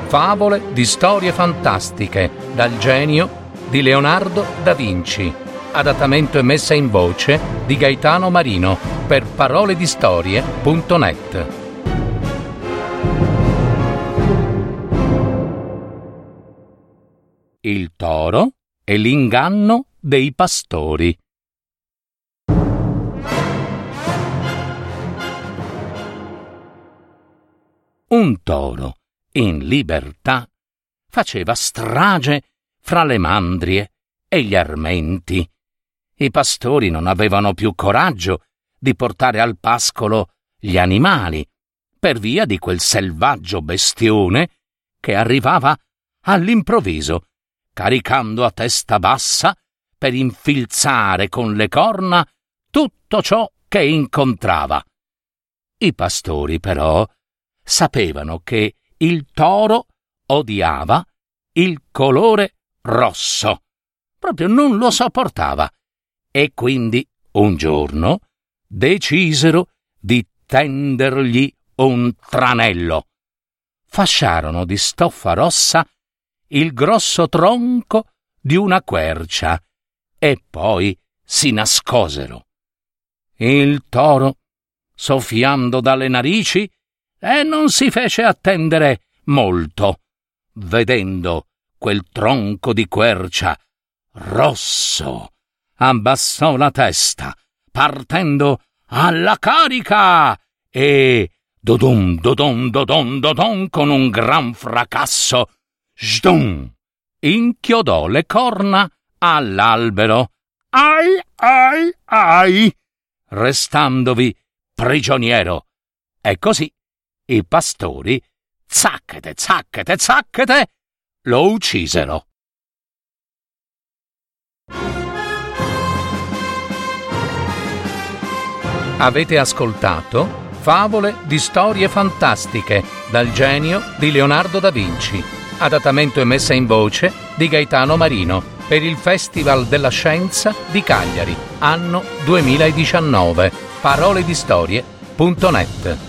Favole di storie fantastiche dal genio di Leonardo da Vinci. Adattamento e messa in voce di Gaetano Marino per paroledistorie.net. Il toro e l'inganno dei pastori. Un toro in libertà faceva strage fra le mandrie e gli armenti. I pastori non avevano più coraggio di portare al pascolo gli animali per via di quel selvaggio bestione che arrivava all'improvviso, caricando a testa bassa per infilzare con le corna tutto ciò che incontrava. I pastori, però, sapevano che il toro odiava il colore rosso, proprio non lo sopportava, e quindi un giorno decisero di tendergli un tranello. Fasciarono di stoffa rossa il grosso tronco di una quercia e poi si nascosero. Il toro, soffiando dalle narici, non si fece attendere molto, vedendo quel tronco di quercia rosso, abbassò la testa, partendo alla carica e dodum dodum dodum dodum con un gran fracasso, sdum, inchiodò le corna all'albero. Ai ai ai, restandovi prigioniero. E così i pastori, zacchete, zacchete, zacchete, lo uccisero. Avete ascoltato Favole di storie fantastiche dal genio di Leonardo da Vinci. Adattamento e messa in voce di Gaetano Marino per il Festival della Scienza di Cagliari, anno 2019. paroledistorie.net